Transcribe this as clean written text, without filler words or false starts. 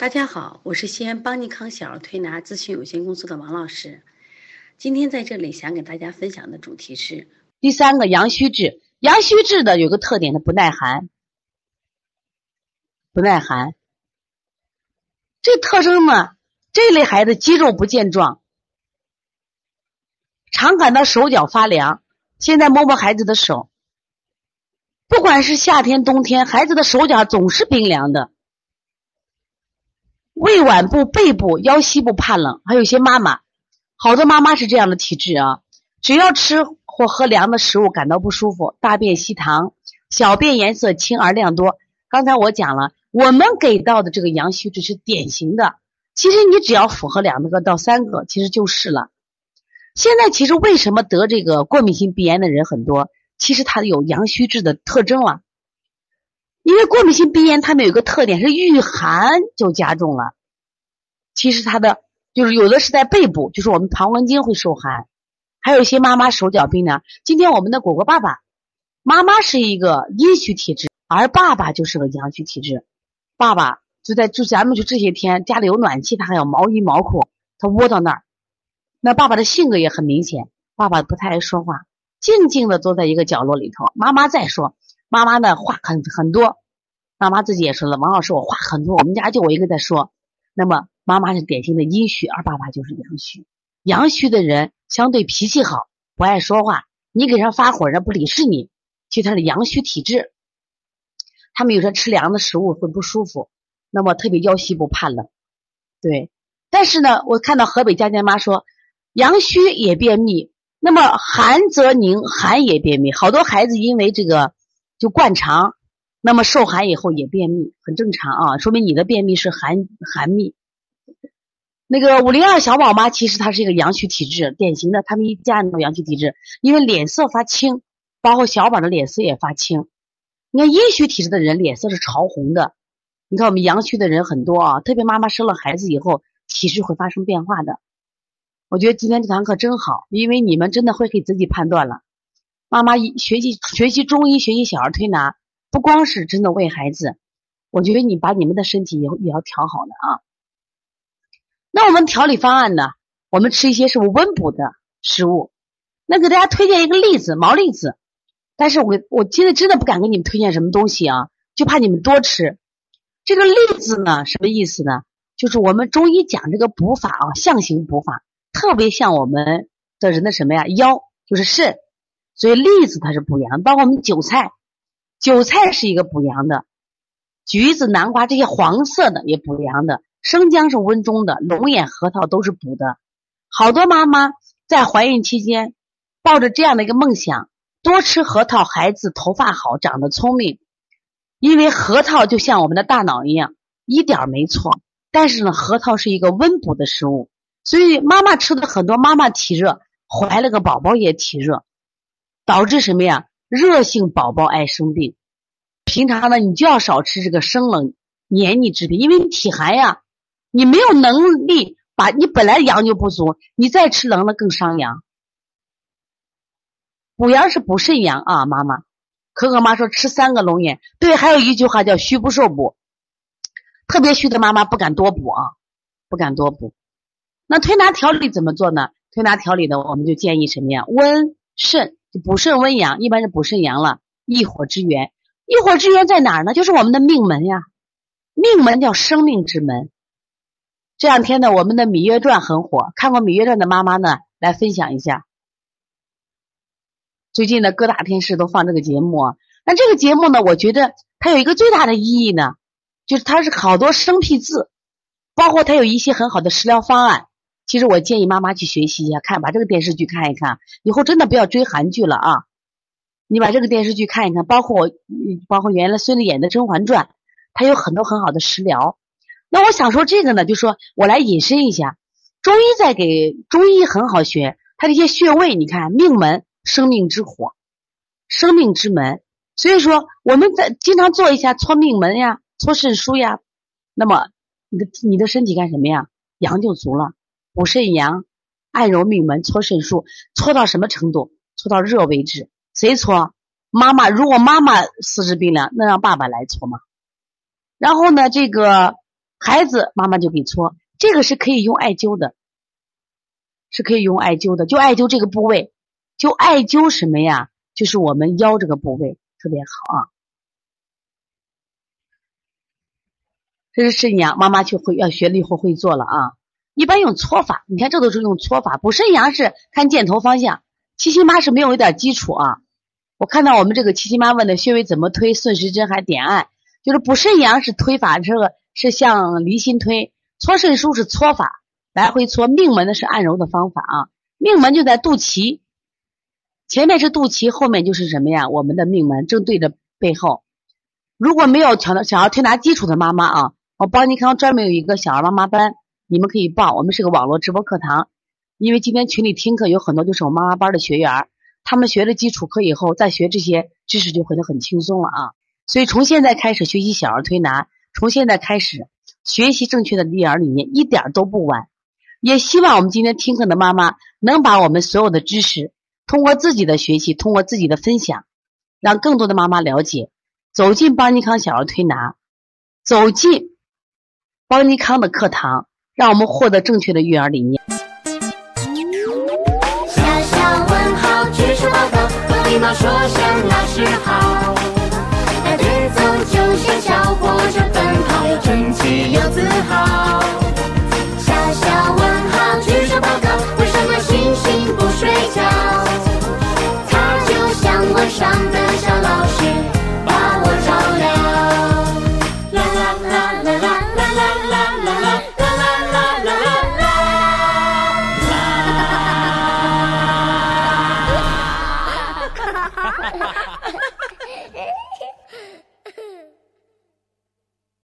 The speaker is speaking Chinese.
大家好，我是西安邦尼康小儿推拿咨询有限公司的王老师。今天在这里想给大家分享的主题是第三个阳虚质。阳虚质的有个特点，它不耐寒。这特征呢，这类孩子肌肉不健壮，常感到手脚发凉。现在摸摸孩子的手，不管是夏天冬天，孩子的手脚总是冰凉的。胃脘部、背部、腰膝部怕冷，还有一些妈妈，好多妈妈是这样的体质啊，只要吃或喝凉的食物感到不舒服，大便稀溏，小便颜色清而量多。刚才我讲了，我们给到的这个阳虚质是典型的，其实你只要符合2个到3个其实就是了。现在其实为什么得这个过敏性鼻炎的人很多，其实它有阳虚质的特征了。因为过敏性鼻炎它们有一个特点是遇寒就加重了，其实它的就是有的是在背部，就是我们膀胱经会受寒，还有一些妈妈手脚冰凉。今天我们的果果爸爸，妈妈是一个阴虚体质，而爸爸就是个阳虚体质。爸爸就咱们就这些天家里有暖气，他还有毛衣毛裤，他窝到那儿。那爸爸的性格也很明显，爸爸不太爱说话，静静的坐在一个角落里头。妈妈在说，妈妈呢话很多，妈妈自己也说了，王老师我话很多，我们家就我一个在说。那么妈妈是典型的阴虚，而爸爸就是阳虚。阳虚的人相对脾气好，不爱说话，你给人发火人不理是你，其实他是阳虚体质。他们有时候吃凉的食物会不舒服，那么特别腰膝部怕冷。对，但是呢我看到河北佳佳妈说阳虚也便秘，那么寒则凝，寒也便秘。好多孩子因为这个就灌肠，那么受寒以后也便秘，很正常啊，说明你的便秘是寒秘。那个502小宝妈其实她是一个阳虚体质，典型的他们一家人都阳虚体质，因为脸色发青，包括小宝的脸色也发青。你看阴虚体质的人脸色是潮红的，你看我们阳虚的人很多啊，特别妈妈生了孩子以后体质会发生变化的。我觉得今天这堂课真好，因为你们真的会给自己判断了。妈妈学习中医，学习小儿推拿，不光是真的为孩子，我觉得你把你们的身体也要调好的啊。那我们调理方案呢，我们吃一些是温补的食物。那给大家推荐一个栗子，毛栗子，但是我今天真的不敢给你们推荐什么东西啊，就怕你们多吃。这个栗子呢什么意思呢，就是我们中医讲这个补法啊，象形补法，特别像我们的人的什么呀，腰就是肾，所以栗子它是补阳。包括我们韭菜是一个补阳的，橘子南瓜这些黄色的也补阳的，生姜是温中的，龙眼核桃都是补的。好多妈妈在怀孕期间抱着这样的一个梦想，多吃核桃，孩子头发好，长得聪明。因为核桃就像我们的大脑一样，一点没错，但是呢核桃是一个温补的食物，所以妈妈吃的很多，妈妈体热，怀了个宝宝也体热，导致什么呀，热性宝宝爱生病。平常呢你就要少吃这个生冷黏腻制品，因为你体寒呀，你没有能力把你本来阳就不足，你再吃冷了更伤阳。补阳是补肾阳啊，妈妈可可妈说吃3个龙眼，对，还有一句话叫虚不受补，特别虚的妈妈不敢多补啊，不敢多补。那推拿调理怎么做呢？推拿调理呢，我们就建议什么呀，温肾，补肾温阳，一般是补肾阳了。益火之源，益火之源在哪儿呢？就是我们的命门呀，命门叫生命之门。这两天呢我们的《芈月传》很火，看过《芈月传》的妈妈呢来分享一下。最近的各大电视都放这个节目啊，那这个节目呢，我觉得它有一个最大的意义呢，就是它是好多生僻字，包括它有一些很好的食疗方案。其实我建议妈妈去学习一下，把这个电视剧看一看，以后真的不要追韩剧了啊！你把这个电视剧看一看，包括原来孙俪演的《甄嬛传》，它有很多很好的食疗。那我想说这个呢，就说我来引申一下，中医很好学，它这些穴位，你看命门，生命之火，生命之门，所以说我们在经常做一下搓命门呀，搓肾腧呀，那么你的身体干什么呀，阳就足了。补肾阳，按揉命门，搓肾腧，搓到什么程度？搓到热为止。谁搓？妈妈。如果妈妈四肢冰凉，那让爸爸来搓嘛。然后呢，这个孩子妈妈就给搓，这个是可以用艾灸的，是可以用艾灸的，就艾灸这个部位，就艾灸什么呀？就是我们腰这个部位特别好啊。这是肾阳，妈妈要学了以后会做了啊。一般用搓法，你看这都是用搓法，补肾阳是看箭头方向。七七妈是没有一点基础啊。我看到我们这个七七妈问的穴位怎么推，顺时针还点按，就是补肾阳是推法，这个是像离心推，搓肾腧是搓法，来回搓。命门的是按揉的方法啊。命门就在肚脐，前面是肚脐，后面就是什么呀？我们的命门正对着背后。如果没有想要推拿基础的妈妈啊，我邦尼康专门有一个小儿妈妈班，你们可以报，我们是个网络直播课堂。因为今天群里听课有很多就是我妈妈班的学员，他们学了基础课以后再学这些知识就会很轻松了啊。所以从现在开始学习小儿推拿，从现在开始学习正确的育儿理念一点都不晚。也希望我们今天听课的妈妈能把我们所有的知识通过自己的学习，通过自己的分享，让更多的妈妈了解，走进邦尼康小儿推拿，走进邦尼康的课堂，让我们获得正确的育儿理念。 小小问号，举手报告，和礼貌说声老师好。带队走就像小火车奔跑，有争气有自豪。